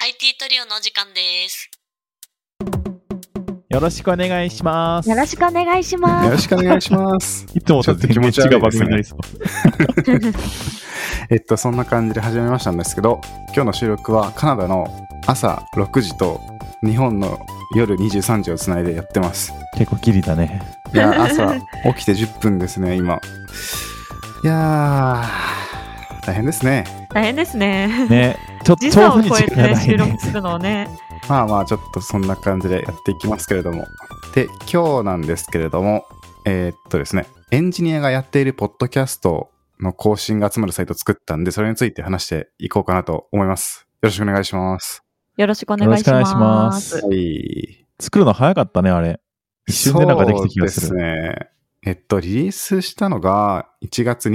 IT トリオのお時間です。 よろしくお願いします。 よろしくお願いします。 よろしくお願いします。 いつもと全然違う番組になりそう。 そんな感じで始めましたんですけど、今日の収録はカナダの朝6時と日本の夜23時をつないでやってます。 結構ギリだね。 いや、朝起きて10分ですね、今。いやー、大変ですね。 大変ですね。 ね、ちょっと時差を超えて収録するのをね。 まあちょっとそんな感じでやっていきますけれども。で、今日なんですけれども、ですね、エンジニアがやっているポッドキャストの更新が集まるサイトを作ったんで、それについて話していこうかなと思います。よろしくお願いします。 よろしくお願いします。 はい。 作るの早かったね、あれ。一瞬でなんかできた気がする。 そうですね。リリースしたのが1月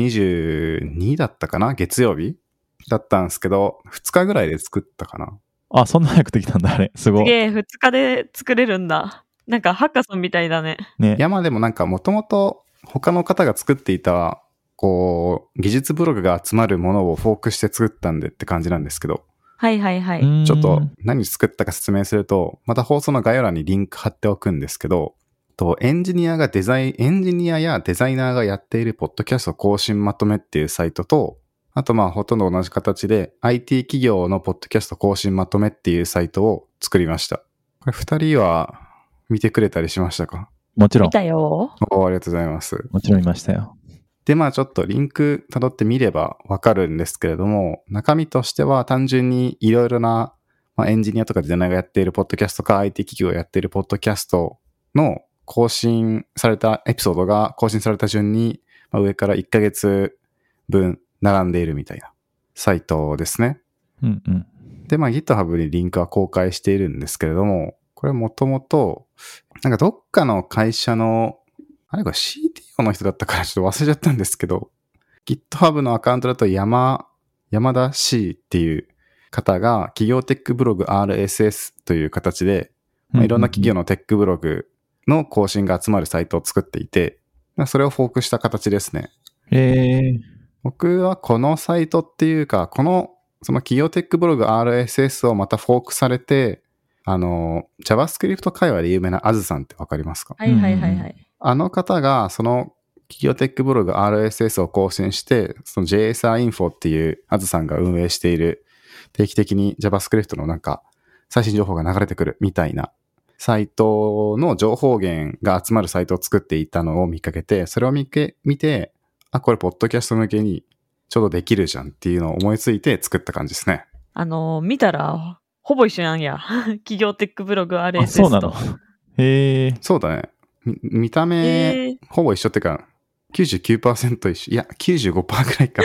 22だったかな、月曜日だったんですけど、2日ぐらいで作ったかな。 あ、そんな早くできたんだ、あれ。すごい。 すげえ、2日で作れるんだ。なんかハッカソンみたいだね。 いや、まあでもなんかもともと他の方が作っていた、こう、技術ブログが集まるものをフォークして作ったんでって感じなんですけど。 はいはいはい。 ちょっと何作ったか説明すると、また放送の概要欄にリンク貼っておくんですけど、エンジニアやデザイナーがやっているポッドキャスト更新まとめっていうサイトと、あとほとんど同じ形で IT 企業のポッドキャスト更新まとめっていうサイトを作りました。これ2人は見てくれたりしましたか？ もちろん。 見たよ。 ありがとうございます。 もちろん見ましたよ。 で、ちょっとリンク辿ってみればわかるんですけれども、中身としては単純にいろいろな、エンジニアとかデザイナーがやっているポッドキャストか IT 企業がやっているポッドキャストの更新されたエピソードが更新された順に、上から1ヶ月分並んでいるみたいなサイトですね。 うんうん。 で、GitHub にリンクは公開しているんですけれども、これもともと、なんかどっかの会社の、あれこれ CTO の人だったからちょっと忘れちゃったんですけど、GitHub のアカウントだと山田 C っていう方が企業テックブログ RSS という形で、いろんな企業のテックブログの更新が集まるサイトを作っていて、それをフォークした形ですね。僕はこのサイトっていうか、その企業テックブログ RSS をまたフォークされて、JavaScript 界隈で有名なあずさんってわかりますか？ はいはいはいはい。 あの方がその企業テックブログ RSS を更新して、その JSR Info っていうあずさんが運営している定期的に JavaScript のなんか最新情報が流れてくるみたいなサイトの情報源が集まるサイトを作っていたのを見かけて、それを見て、これポッドキャスト向けにちょうどできるじゃんっていうのを思いついて作った感じですね。 見たらほぼ一緒なんや。企業テックブログ RSS と。 そうなの？へー。 そうだね。見た目、ほぼ一緒ってか、99% 一緒。いや、95% くらいか。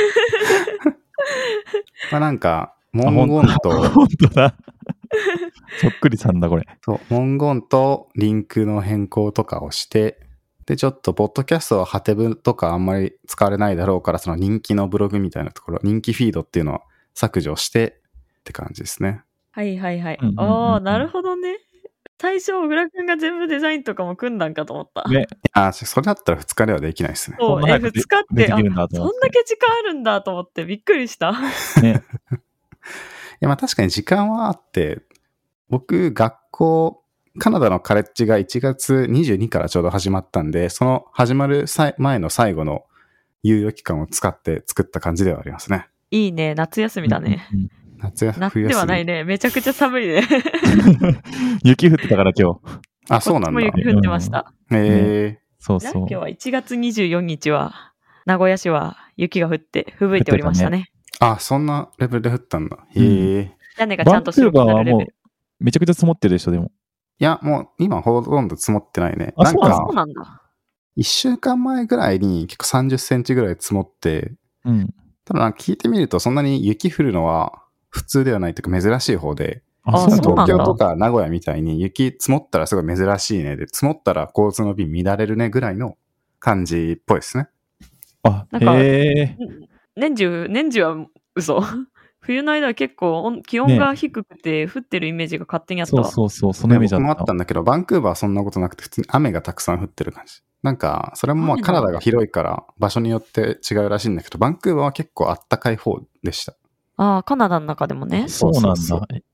なんか、文言と、 本当だ。そっくりさんだ、これ。 そう、文言とリンクの変更とかをして、で、ちょっと、ポッドキャストはハテブとかあんまり使われないだろうから、その人気のブログみたいなところ、人気フィードっていうのを削除してって感じですね。 はいはいはい。 ああ、なるほどね。最初、小倉くんが全部デザインとかも組んだんかと思った。 ね。 それだったら2日ではできないですね。 そう、2日って、そんだけ時間あるんだと思ってびっくりした。 ね。 いや、確かに時間はあって、僕、カナダのカレッジが1月22からちょうど始まったんで、その始まる前の最後の猶予期間を使って作った感じではありますね。 いいね、夏休みだね。 夏ではないね。めちゃくちゃ寒いね。 雪降ってたから今日。 あ、そうなんだ。 こっちも雪降ってました。 そうそう。 今日は1月24日は、名古屋市は雪が降って吹雪いておりましたね。 あ、そんなレベルで降ったんだ。へえ。 屋根がちゃんと白くなるレベル。 バンクーバーはもうめちゃくちゃ積もってるでしょ、でも。 いや、もう今ほとんど積もってないね。 なんか、そうなんだ。 1週間前ぐらいに結構30センチぐらい積もって、ただ聞いてみるとそんなに雪降るのは普通ではないというか珍しい方で、東京とか名古屋みたいに雪積もったらすごい珍しいねで、積もったら交通の便乱れるねぐらいの感じっぽいですね。 あ、なんか年中は嘘。冬の間は結構気温が低くて降ってるイメージが勝手にあったわ。 そう、そのイメージあった。 僕もあったんだけど、バンクーバーはそんなことなくて普通に雨がたくさん降ってる感じ。なんか、それもカナダが広いから場所によって違うらしいんだけど、バンクーバーは結構あったかい方でした。 ああ、カナダの中でもね。 そうなんだ。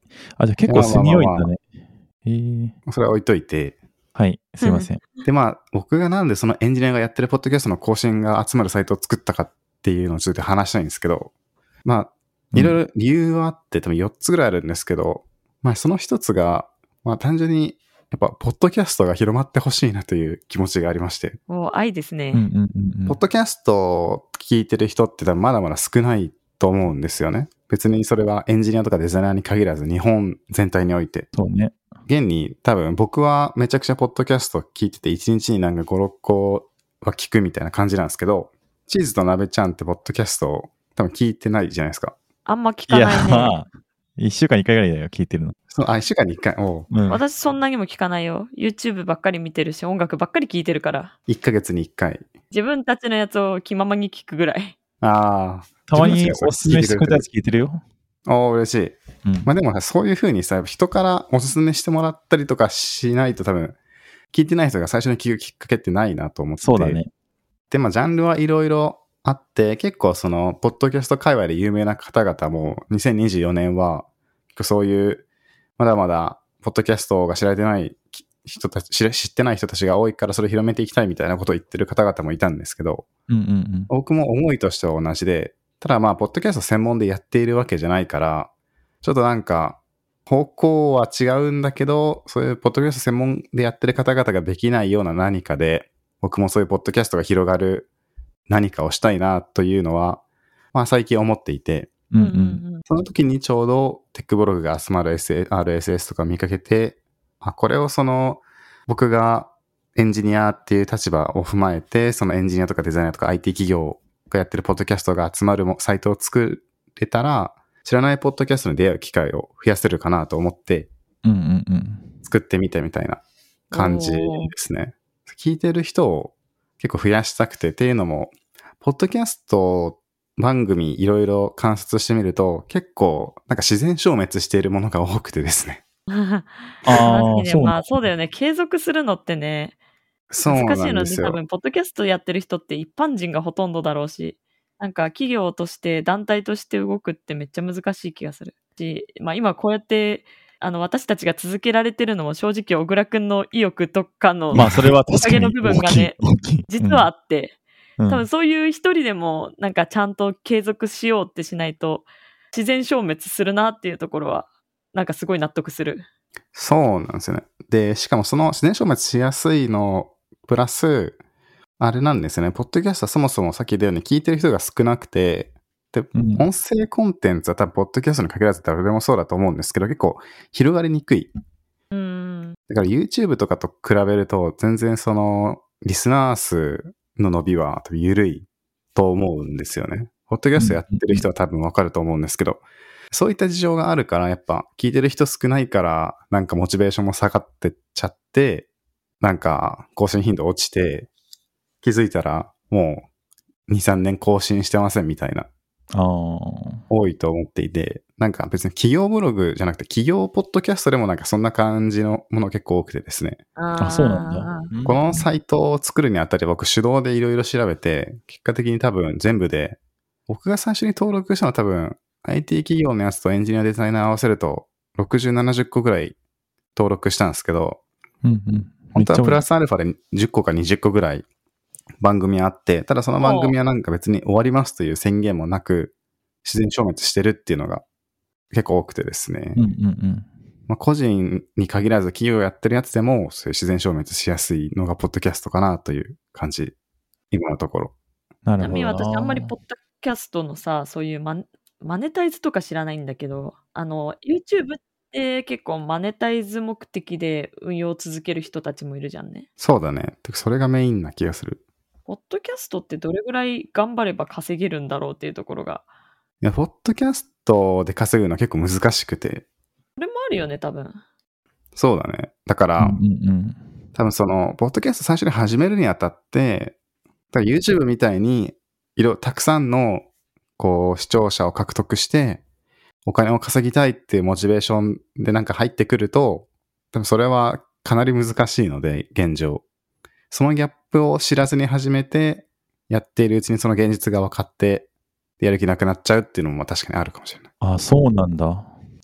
あ、じゃあ結構住み多いんだね。 それは置いといて。 はい、すいません。 で、僕がなんでそのエンジニアがやってるポッドキャストの更新が集まるサイトを作ったかっていうのをちょっと話したいんですけど、いろいろ理由はあって、多分4つぐらいあるんですけど、その一つが、単純に、やっぱ、ポッドキャストが広まってほしいなという気持ちがありまして。 もう愛ですね。 ポッドキャストを聞いてる人って多分まだまだ少ないと思うんですよね。別にそれはエンジニアとかデザイナーに限らず、日本全体において。 そうね。 現に多分僕はめちゃくちゃポッドキャスト聞いてて、1日になんか5、6個は聞くみたいな感じなんですけど、チーズと鍋ちゃんってポッドキャストを多分聞いてないじゃないですか。 あんま聞かないね。 いや、1週間に1回ぐらいだよ、聞いてるの。 1週間に1回。 私そんなにも聞かないよ。YouTube ばっかり見てるし、音楽ばっかり聞いてるから。 1ヶ月に1回。 自分たちのやつを気ままに聞くぐらい。 たまにおすすめしてくれたやつ聞いてるよ。 嬉しい。でもそういう風にさ、人からおすすめしてもらったりとかしないと多分、聞いてない人が最初に聞くきっかけってないなと思って。 そうだね。 で、ジャンルはいろいろあって、結構その、ポッドキャスト界隈で有名な方々も、2024年は、結構そういう、まだまだ、ポッドキャストが知られてない人たち、知ってない人たちが多いから、それを広めていきたいみたいなことを言ってる方々もいたんですけど、僕も思いとしては同じで、ただポッドキャスト専門でやっているわけじゃないから、ちょっとなんか、方向は違うんだけど、そういうポッドキャスト専門でやってる方々ができないような何かで、僕もそういうポッドキャストが広がる何かをしたいなというのは、最近思っていて、その時にちょうどテックブログが集まる RSS とか見かけて、これを僕がエンジニアっていう立場を踏まえて、そのエンジニアとかデザイナーとか IT 企業がやってるポッドキャストが集まるサイトを作れたら、知らないポッドキャストに出会う機会を増やせるかなと思って、作ってみたみたいな感じですね。聞いてる人を結構増やしたくて、っていうのも、ポッドキャスト番組いろいろ観察してみると、結構なんか自然消滅しているものが多くてですね。 そうだよね。継続するのってね、難しいので、多分、ポッドキャストやってる人って一般人がほとんどだろうし、なんか企業として団体として動くってめっちゃ難しい気がするし、今こうやって私たちが続けられてるのも正直小倉くんの意欲とかのそれは確かにの部分がね、実はあって、多分そういう一人でもなんかちゃんと継続しようってしないと自然消滅するなっていうところはなんかすごい納得する。 そうなんですよね。で、しかもその自然消滅しやすいのプラス、あれなんですよね。ポッドキャストはそもそもさっき言ったように聞いてる人が少なくて、で、音声コンテンツは多分ポッドキャストに限らず誰でもそうだと思うんですけど、結構広がりにくい。だから YouTube とかと比べると全然リスナー数の伸びは多分緩いと思うんですよね。ポッドキャストやってる人は多分わかると思うんですけど、そういった事情があるから、やっぱ聞いてる人少ないから、なんかモチベーションも下がってっちゃって、なんか更新頻度落ちて、気づいたらもう2、3年更新してませんみたいな、多いと思っていて、なんか別に企業ブログじゃなくて企業ポッドキャストでもなんかそんな感じのもの結構多くてですね。 そうなんだ。 このサイトを作るにあたり僕手動でいろいろ調べて、結果的に多分全部で、僕が最初に登録したのは多分 IT 企業のやつとエンジニアデザイナー合わせると60、70個ぐらい登録したんですけど、本当はプラスアルファで10個か20個ぐらい番組あって、ただその番組はなんか別に終わりますという宣言もなく、自然消滅してるっていうのが結構多くてですね。個人に限らず企業やってるやつでも、そういう自然消滅しやすいのがポッドキャストかなという感じ、今のところ。 ちなみに私あんまりポッドキャストのさ、そういうマネタイズとか知らないんだけど、YouTube って結構マネタイズ目的で運用を続ける人たちもいるじゃんね。 そうだね。それがメインな気がする。 ポッドキャストってどれぐらい頑張れば稼げるんだろうっていうところが。 いや、ポッドキャストで稼ぐのは結構難しくて。 これもあるよね、多分。 そうだね。だから、多分ポッドキャスト最初に始めるにあたって、YouTube みたいに、たくさんの、視聴者を獲得して、お金を稼ぎたいっていうモチベーションでなんか入ってくると、多分それはかなり難しいので、現状。そのギャップを知らずに始めて、やっているうちにその現実が分かって、やる気なくなっちゃうっていうのも確かにあるかもしれない。 そうなんだ。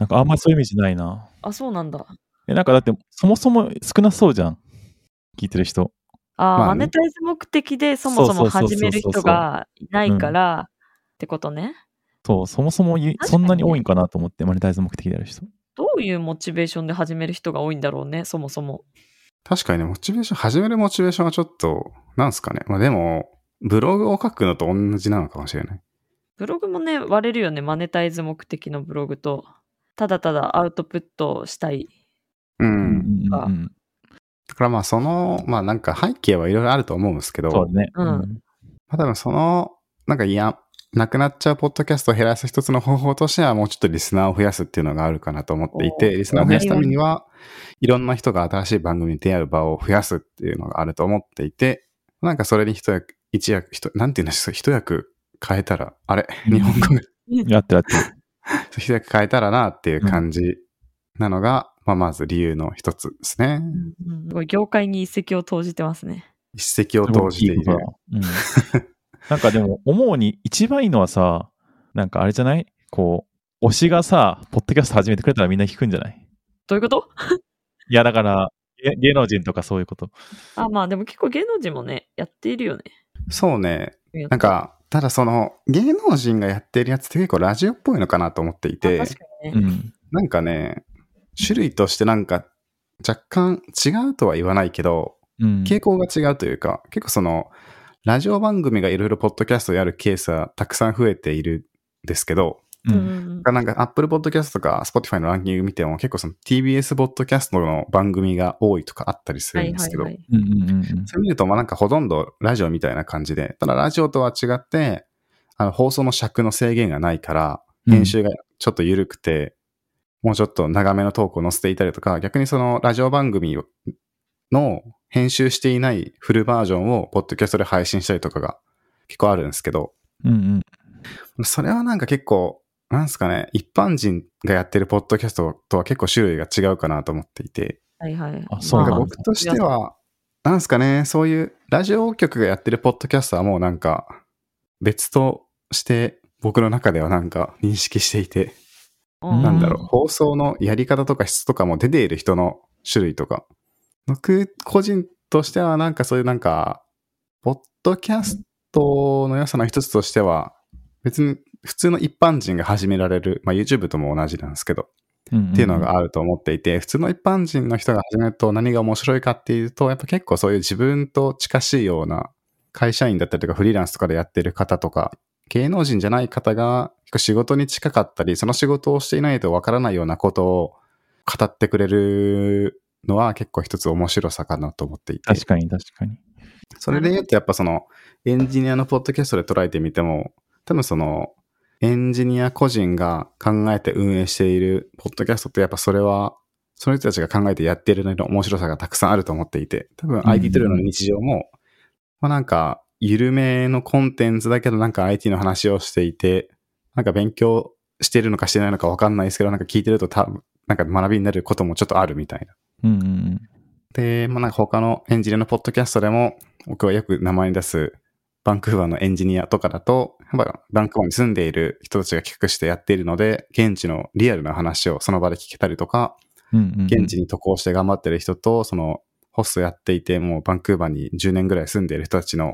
なんかあんまりそういうイメージないな。 あ、そうなんだ。 なんかだってそもそも少なそうじゃん。聞いてる人。 マネタイズ目的でそもそも始める人がいないからってことね。 そう、そもそもそんなに多いんかなと思って、マネタイズ目的でやる人。 どういうモチベーションで始める人が多いんだろうね、そもそも。 確かにね、始めるモチベーションはちょっと、なんすかね。まあでも、ブログを書くのと同じなのかもしれない。 ブログもね、割れるよね、マネタイズ目的のブログと、ただただアウトプットしたい。 だからまあまあなんか背景はいろいろあると思うんですけど、 そうね。 まあ多分なんかなくなっちゃうポッドキャストを減らす一つの方法としてはもうちょっとリスナーを増やすっていうのがあるかなと思っていて、リスナーを増やすためにはいろんな人が新しい番組に出会う場を増やすっていうのがあると思っていて、なんかそれになんていうんですか、一役変えたら、日本語がやってる。 一役変えたらなっていう感じなのが、まず理由の一つですね。 すごい業界に一石を投じてますね。 一石を投じている。 なんかでも思うに一番いいのはさ、なんかあれじゃない？こう、推しがさ、ポッドキャスト始めてくれたらみんな聞くんじゃない？どういうこと？ いやだから芸能人とかそういうこと。 まあでも結構芸能人もね、やっているよね。 そうね。なんか、ただ芸能人がやってるやつって結構ラジオっぽいのかなと思っていて、 確かにね。 なんかね、種類としてなんか若干違うとは言わないけど、傾向が違うというか、結構ラジオ番組がいろいろポッドキャストをやるケースはたくさん増えているんですけど、なんか Apple Podcast とか Spotify のランキング見ても結構TBS ポッドキャストの番組が多いとかあったりするんですけど、それ見るとなんかほとんどラジオみたいな感じで、ただラジオとは違って、放送の尺の制限がないから、編集がちょっと緩くて、もうちょっと長めのトークを載せていたりとか、逆にラジオ番組の編集していないフルバージョンをポッドキャストで配信したりとかが結構あるんですけど、それはなんか結構、なんすかね、一般人がやってるポッドキャストとは結構種類が違うかなと思っていて、 そうなんだ。 僕としては、なんすかね、そういうラジオ局がやってるポッドキャストはもうなんか別として僕の中ではなんか認識していて、なんだろう、放送のやり方とか質とかも出ている人の種類とか、僕個人としてはなんかそういうなんか、ポッドキャストの良さの一つとしては、別に普通の一般人が始められる、まあ YouTube とも同じなんですけど、っていうのがあると思っていて、普通の一般人の人が始めると何が面白いかっていうと、やっぱ結構そういう自分と近しいような会社員だったりとかフリーランスとかでやってる方とか、芸能人じゃない方が結構仕事に近かったり、その仕事をしていないとわからないようなことを語ってくれるのは結構一つ面白さかなと思っていて。 確かに。 それで言うとやっぱエンジニアのポッドキャストで捉えてみても、多分エンジニア個人が考えて運営しているポッドキャストってやっぱそれは、その人たちが考えてやっているのの面白さがたくさんあると思っていて、多分 IT トゥルの日常も、まあなんか、緩めのコンテンツだけどなんか IT の話をしていて、なんか勉強してるのかしてないのかわかんないですけど、なんか聞いてると多分、なんか学びになることもちょっとあるみたいな。で、まあなんか他のエンジニアのポッドキャストでも、僕はよく名前に出すバンクーバーのエンジニアとかだと、やっぱバンクーバーに住んでいる人たちが企画してやっているので、現地のリアルな話をその場で聞けたりとか、現地に渡航して頑張ってる人と、ホストやっていて、もうバンクーバーに10年ぐらい住んでいる人たちの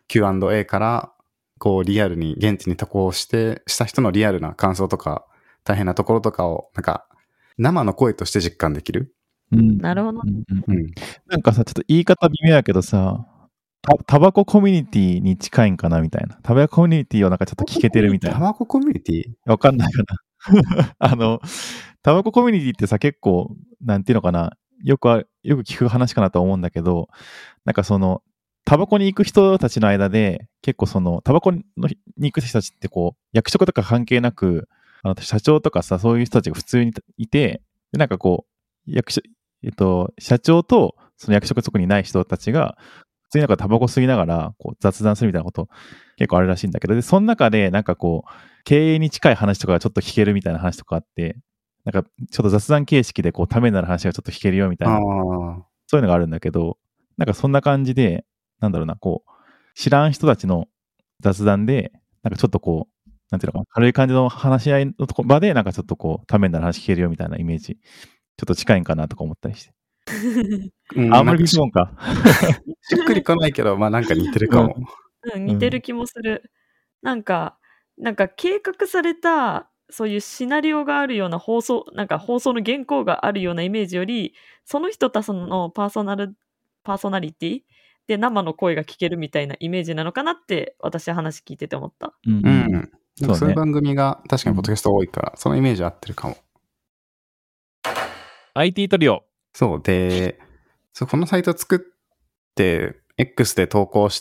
Q&A から、こうリアルに現地に渡航した人のリアルな感想とか、大変なところとかを、なんか、生の声として実感できる。 なるほど。 なんかさ、ちょっと言い方微妙やけどさ、タバココミュニティに近いんかなみたいな。タバココミュニティをなんかちょっと聞けてるみたいな。 タバココミュニティ？ わかんないかな。タバココミュニティってさ、結構、なんていうのかな、よく聞く話かなと思うんだけど、なんかタバコに行く人たちの間で、結構タバコに行く人たちってこう、役職とか関係なく、社長とかさ、そういう人たちが普通にいて、でなんかこう、社長とその役職特にない人たちが、普通になんかタバコ吸いながらこう雑談するみたいなこと結構あるらしいんだけど、で、その中でなんかこう、経営に近い話とかがちょっと聞けるみたいな話とかあって、なんかちょっと雑談形式でこう、ためになる話がちょっと聞けるよみたいな、そういうのがあるんだけど、なんかそんな感じで、なんだろうな、こう、知らん人たちの雑談で、なんかちょっとこう、 なんていうのかな、軽い感じの話し合いの場で、なんかちょっとこう、ためになる話聞けるよみたいなイメージ、ちょっと近いんかなとか思ったりして。あんまりピンポンか。 しっくりこないけど、まあなんか似てるかも。 似てる気もする。なんか計画された、そういうシナリオがあるような放送の原稿があるようなイメージより、その人たちのパーソナリティで生の声が聞けるみたいなイメージなのかなって私は話聞いてて思った。 そういう番組が確かにポッドキャスト多いから、そのイメージ合ってるかも。 IT トリオ。 そうで、このサイト作って、X で投稿して、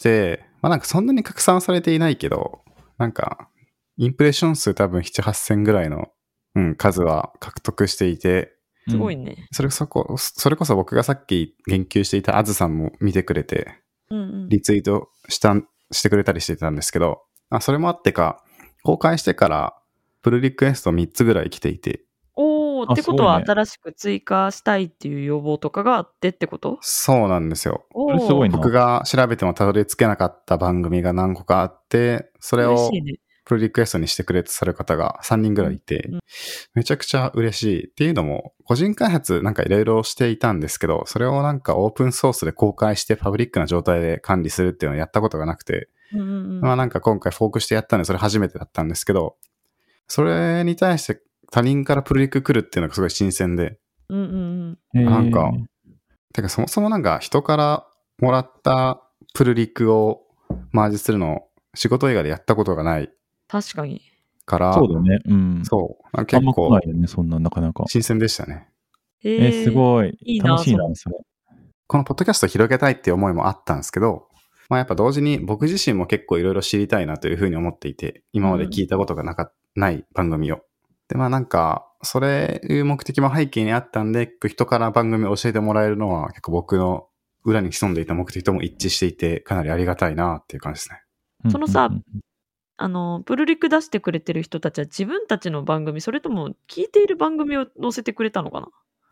まあなんかそんなに拡散されていないけど、なんか、インプレッション数多分7、8000ぐらいの、数は獲得していて、 すごいね。 それこそ僕がさっき言及していたあずさんも見てくれて、リツイートしてくれたりしてたんですけど、それもあってか、公開してからプルリクエスト3つぐらい来ていて。 ってことは新しく追加したいっていう要望とかがあってってこと？ そうなんですよ。 すごいな。 僕が調べてもたどり着けなかった番組が何個かあって、それをプルリクエストにしてくれさる方が3人ぐらいいて、めちゃくちゃ嬉しい。っていうのも、個人開発なんかいろいろしていたんですけど、それをなんかオープンソースで公開してパブリックな状態で管理するっていうのをやったことがなくて、まあなんか今回フォークしてやったんでそれ初めてだったんですけど、それに対して他人からプルリク来るっていうのがすごい新鮮で、なんか、てかそもそもなんか人からもらったプルリクをマージするのを仕事以外でやったことがない。 確かに。 から、そうだね。 そう。結構、 ないよね、そんな、なかなか。 新鮮でしたね。 すごい。 いい楽しいな、それ。 このポッドキャストを広げたいっていう思いもあったんですけど、まあやっぱ同時に僕自身も結構いろいろ知りたいなというふうに思っていて、今まで聞いたことがない番組を。で、まあなんか、それいう目的も背景にあったんで、人から番組を教えてもらえるのは結構僕の裏に潜んでいた目的とも一致していて、かなりありがたいなっていう感じですね。 そのさ、プルリク出してくれてる人たちは自分たちの番組、それとも聞いている番組を載せてくれたのかな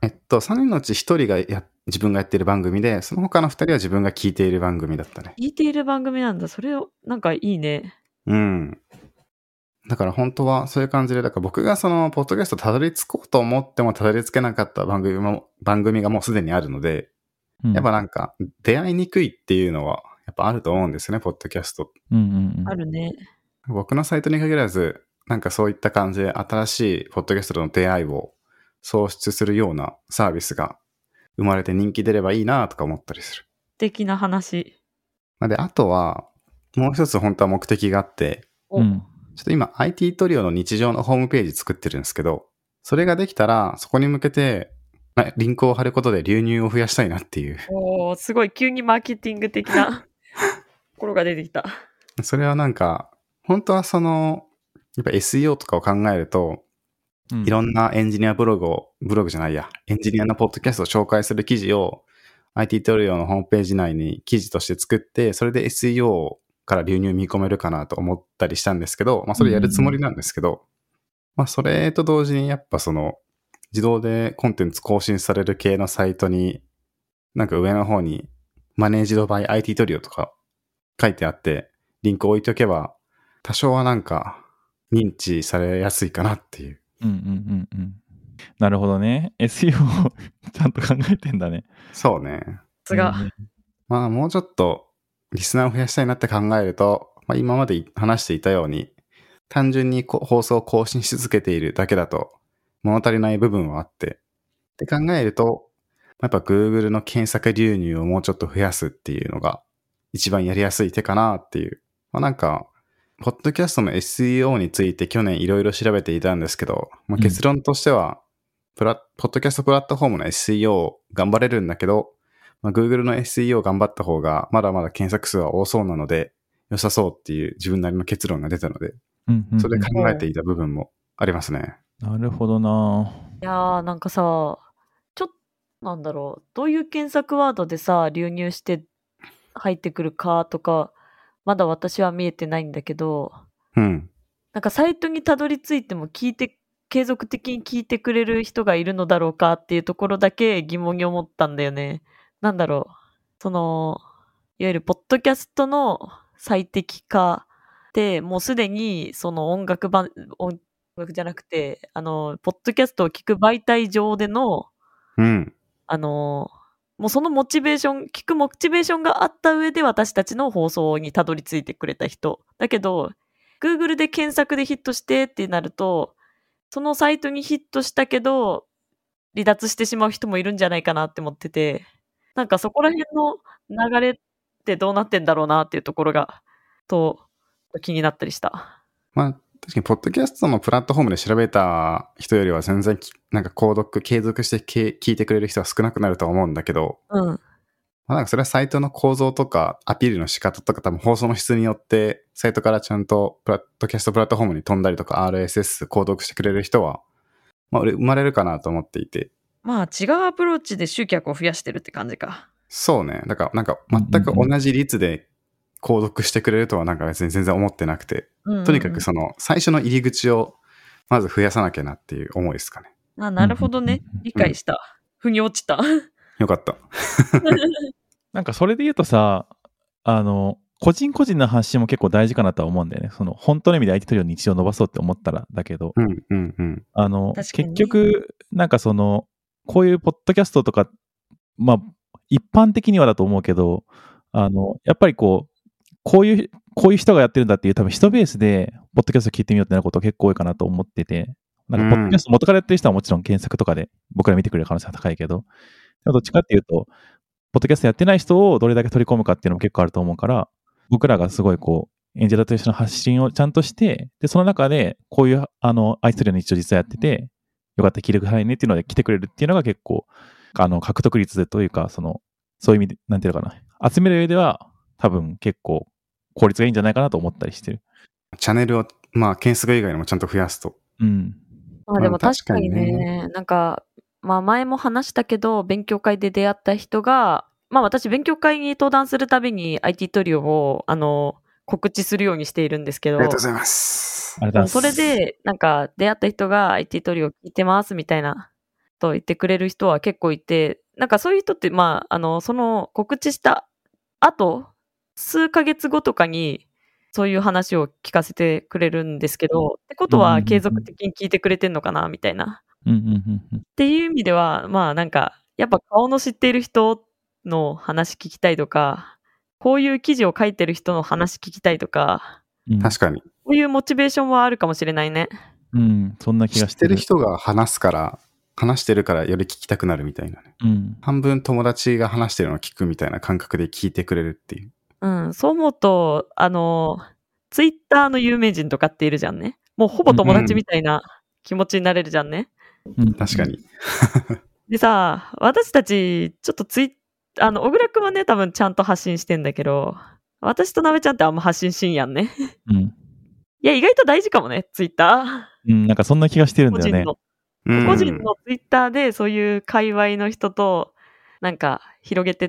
？3人のうち1人が自分がやっている番組で、その他の2人は自分が聞いている番組だったね。 聞いている番組なんだ。それを、なんかいいね。 だから本当はそういう感じで、だから僕がそのポッドキャストたどり着こうと思ってもたどり着けなかった番組がもうすでにあるので、やっぱなんか出会いにくいっていうのはやっぱあると思うんですよね、ポッドキャスト。 あるね。 僕のサイトに限らず、なんかそういった感じで新しいポッドキャストとの出会いを創出するようなサービスが生まれて人気出ればいいなとか思ったりする。 的な話。 で、あとはもう一つ本当は目的があって、ちょっと今 IT トリオの日常のホームページ作ってるんですけど、それができたらそこに向けてリンクを貼ることで流入を増やしたいなっていう。 すごい急にマーケティング的なところが出てきた。 それはなんか本当はやっぱ SEO とかを考えると、いろんなエンジニアエンジニアのポッドキャストを紹介する記事を IT トリオのホームページ内に記事として作って、それで SEO から流入見込めるかなと思ったりしたんですけど、まあそれやるつもりなんですけど、まあそれと同時にやっぱ自動でコンテンツ更新される系のサイトに、なんか上の方にマネージドバイ IT トリオとか書いてあって、リンク置いておけば、多少はなんか認知されやすいかなっていう。 なるほどね。SEO をちゃんと考えてんだね。 そうね。まあもうちょっとリスナーを増やしたいなって考えると、まあ、今まで話していたように、単純に放送を更新し続けているだけだと物足りない部分はあって、って考えると、やっぱ Google の検索流入をもうちょっと増やすっていうのが一番やりやすい手かなっていう。まあなんか、ポッドキャストの SEO について去年いろいろ調べていたんですけど、まあ、結論としては、ポッドキャストプラットフォームの SEO 頑張れるんだけど、まあ、Google の SEO 頑張った方がまだまだ検索数は多そうなので良さそうっていう自分なりの結論が出たので、それで考えていた部分もありますね。 なるほどな。 いやーなんかさ、ちょっとなんだろう、どういう検索ワードでさ流入して入ってくるかとかまだ私は見えてないんだけど、なんかサイトにたどり着いても継続的に聞いてくれる人がいるのだろうかっていうところだけ疑問に思ったんだよね。なんだろう、いわゆるポッドキャストの最適化で、もうすでにその音楽じゃなくて、ポッドキャストを聞く媒体上での、 うん。 もうその聞くモチベーションがあった上で私たちの放送にたどり着いてくれた人。だけど、Google で検索でヒットしてってなると、そのサイトにヒットしたけど、離脱してしまう人もいるんじゃないかなって思ってて、なんかそこら辺の流れってどうなってんだろうなっていうところが、気になったりした。 まあ、確かに、ポッドキャストのプラットフォームで調べた人よりは全然なんか購読、継続して聞いてくれる人は少なくなるとは思うんだけど、 うん。 まあ、なんかそれはサイトの構造とかアピールの仕方とか多分放送の質によってサイトからちゃんとポッドキャストプラットフォームに飛んだりとか RSS 購読してくれる人は、まあ、生まれるかなと思っていて。 まあ違うアプローチで集客を増やしてるって感じか。 そうね。だからなんか全く同じ率で購読してくれるとはなんか別に全然思ってなくて、とにかくその最初の入り口をまず増やさなきゃなっていう思いですかね。 あ、なるほどね。理解した。腑に落ちた。 よかった。 なんかそれで言うとさ、個人個人の発信も結構大事かなとは思うんだよね。その本当の意味で相手との日常を伸ばそうって思ったらだけど、結局なんかそのこういうポッドキャストとか、まあ一般的にはだと思うけど、やっぱりこういう人がやってるんだっていう多分人ベースでポッドキャスト聞いてみようってなること結構多いかなと思ってて、なんかポッドキャスト元からやってる人はもちろん検索とかで僕ら見てくれる可能性は高いけど、どっちかっていうとポッドキャストやってない人をどれだけ取り込むかっていうのも結構あると思うから、僕らがすごいエンジェルと一緒の発信をちゃんとして、で、その中でこういう愛するような日常実はやってて、よかったら聞いてくださいねっていうので来てくれるっていうのが結構、獲得率というか、そういう意味で、なんていうのかな、集める上では多分結構効率がいいんじゃないかなと思ったりしてる。 チャンネルを、まあ、検索以外にもちゃんと増やすと。 うん。 まあでも確かにね、なんか、まあ前も話したけど、勉強会で出会った人が、まあ私勉強会に登壇するたびに IT トリオを、告知するようにしているんですけど。 ありがとうございます。 それで、なんか出会った人が IT トリオ聞いてますみたいなと言ってくれる人は結構いて、なんかそういう人って、まあ、その告知した後、数ヶ月後とかに、そういう話を聞かせてくれるんですけど、ってことは継続的に聞いてくれてんのかなみたいな。っていう意味では、まあなんか、やっぱ顔の知っている人の話聞きたいとか、こういう記事を書いてる人の話聞きたいとか、 確かに。 こういうモチベーションはあるかもしれないね。 うん、そんな気がしてる。 知ってる人が話してるからより聞きたくなるみたいなね。半分友達が話してるのを聞くみたいな感覚で聞いてくれるっていう。 うん、そう思うと、ツイッターの有名人とかっているじゃんね。もうほぼ友達みたいな気持ちになれるじゃんね。 確かに。 でさ、私たち、ちょっと小倉くんはね、多分ちゃんと発信してんだけど、私となべちゃんってあんま発信しんやんね。いや、意外と大事かもね、ツイッター。なんかそんな気がしてるんだよね。 個人のツイッターでそういう界隈の人と、なんか広げてって、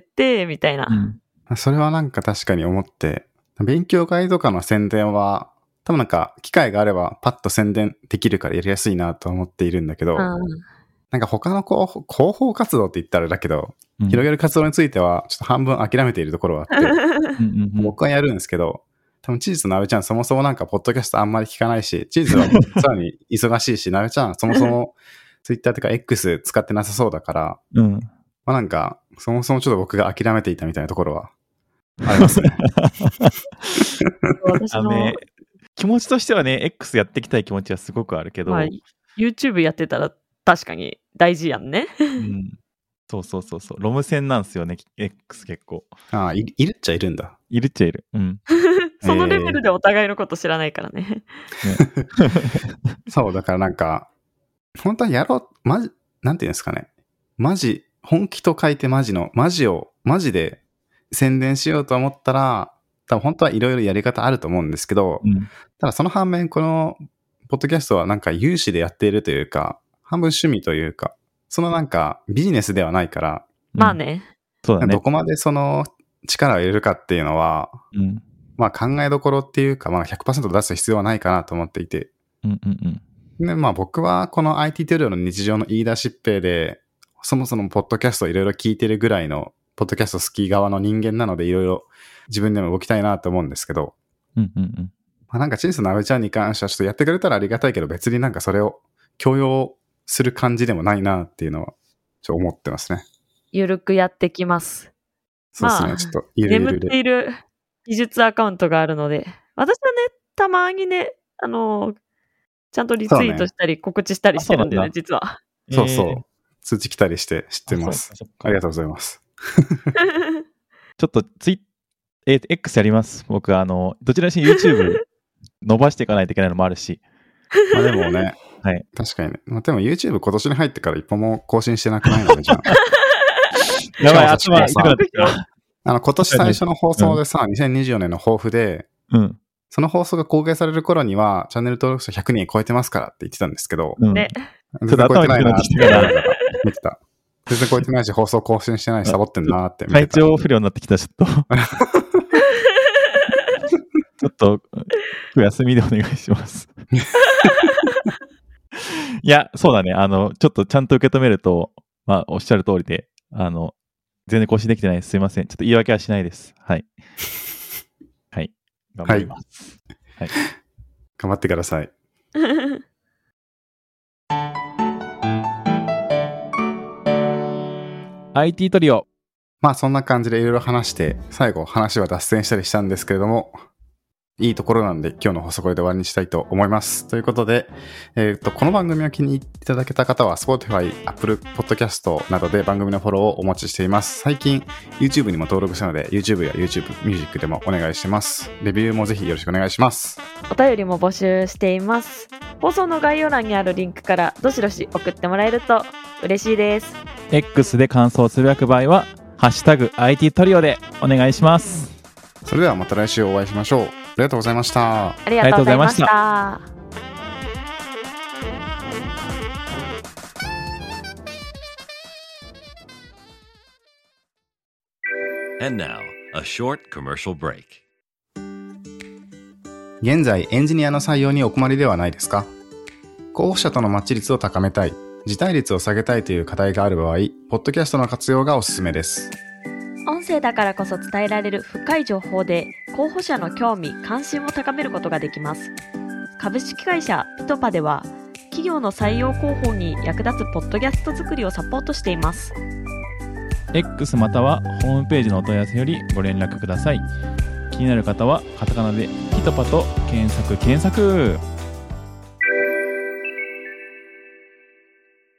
みたいな。 それはなんか確かに思って、勉強会とかの宣伝は、多分なんか機会があればパッと宣伝できるからやりやすいなと思っているんだけど、なんか他の広報活動って言ったらだけど、広げる活動についてはちょっと半分諦めているところはあって、僕はやるんですけど、多分チーズとなべちゃんそもそもなんかポッドキャストあんまり聞かないし、チーズはさらに忙しいし、なべちゃんそもそもツイッターとか X 使ってなさそうだから、まあなんかそもそもちょっと僕が諦めていたみたいなところはありますね。 気持ちとしてはね、X やっていきたい気持ちはすごくあるけど、 YouTube やってたら確かに大事やんね。 そう。ロム線なんですよね、X 結構。 いるっちゃいるんだ。 いるっちゃいる。 そのレベルでお互いのこと知らないからね。 そう、だからなんか、本当はなんていうんですかね。本気と書いてマジで宣伝しようと思ったら、多分本当はいろいろやり方あると思うんですけど、ただその反面、このポッドキャストはなんか有志でやっているというか、半分趣味というか、そのなんかビジネスではないから、 まあね。 そうだね。 どこまでその力を入れるかっていうのは、まあ考えどころっていうか、まあ 100% 出す必要はないかなと思っていて。で、まあ僕はこの IT トリオの日常の言い出しっぺで、そもそもポッドキャストをいろいろ聞いてるぐらいの、ポッドキャスト好き側の人間なのでいろいろ自分でも動きたいなと思うんですけど、 なんかチンスの阿部ちゃんに関してはちょっとやってくれたらありがたいけど、別になんかそれを強要する感じでもないなっていうのはちょっと思ってますね。 ゆるくやってきます。 そうですね、ちょっとゆるゆるで。 眠っている技術アカウントがあるので、私はね、たまにね、ちゃんとリツイートしたり告知したりしてるんでね、実は。 そうそう。通知来たりして知ってます。ありがとうございます。 ちょっとX やります。僕、どちらにしろ YouTube 伸ばしていかないといけないのもあるし。 まあでもね、はい、確かにね。まあ、でも YouTube 今年に入ってから一歩も更新してなくないので、じゃあ。 やばい、頭痛くなってきた。 今年最初の放送でさ、2024年の抱負で、その放送が公開される頃には、チャンネル登録者100人超えてますからって言ってたんですけど、 ね。 ちょっと頭痛くなってきた。 見てた。全然超えてないし、放送更新してないし、サボってんなって見てた。 体調不良になってきた、ちょっと。ちょっと、休みでお願いします。いや、そうだね。ちょっとちゃんと受け止めると、まあ、おっしゃる通りで、全然更新できてないです。すいません。ちょっと言い訳はしないです。はい。はい。頑張ります。はい。 頑張ってください。 IT トリオ。 まあそんな感じでいろいろ話して、最後話は脱線したりしたんですけれども、いいところなんで今日の放送これで終わりにしたいと思います。ということで、この番組を気に入っていただけた方は Spotify、Apple Podcast などで番組のフォローをお待ちしています。最近 YouTube にも登録したので YouTube や YouTube Music でもお願いしてます。レビューもぜひよろしくお願いします。 お便りも募集しています。放送の概要欄にあるリンクからどしどし送ってもらえると嬉しいです。 X で感想をつぶやく場合はハッシュタグ IT トリオでお願いします。 それではまた来週お会いしましょう。ありがとうございました。 ありがとうございました。 And now, a short commercial break. 現在エンジニアの採用にお困りではないですか？候補者とのマッチ率を高めたい、辞退率を下げたいという課題がある場合、ポッドキャストの活用がおすすめです。 音声だからこそ伝えられる深い情報で候補者の興味・関心を高めることができます。株式会社ピトパでは企業の採用広報に役立つポッドキャスト作りをサポートしています。 X またはホームページのお問い合わせよりご連絡ください。気になる方はカタカナでピトパと検索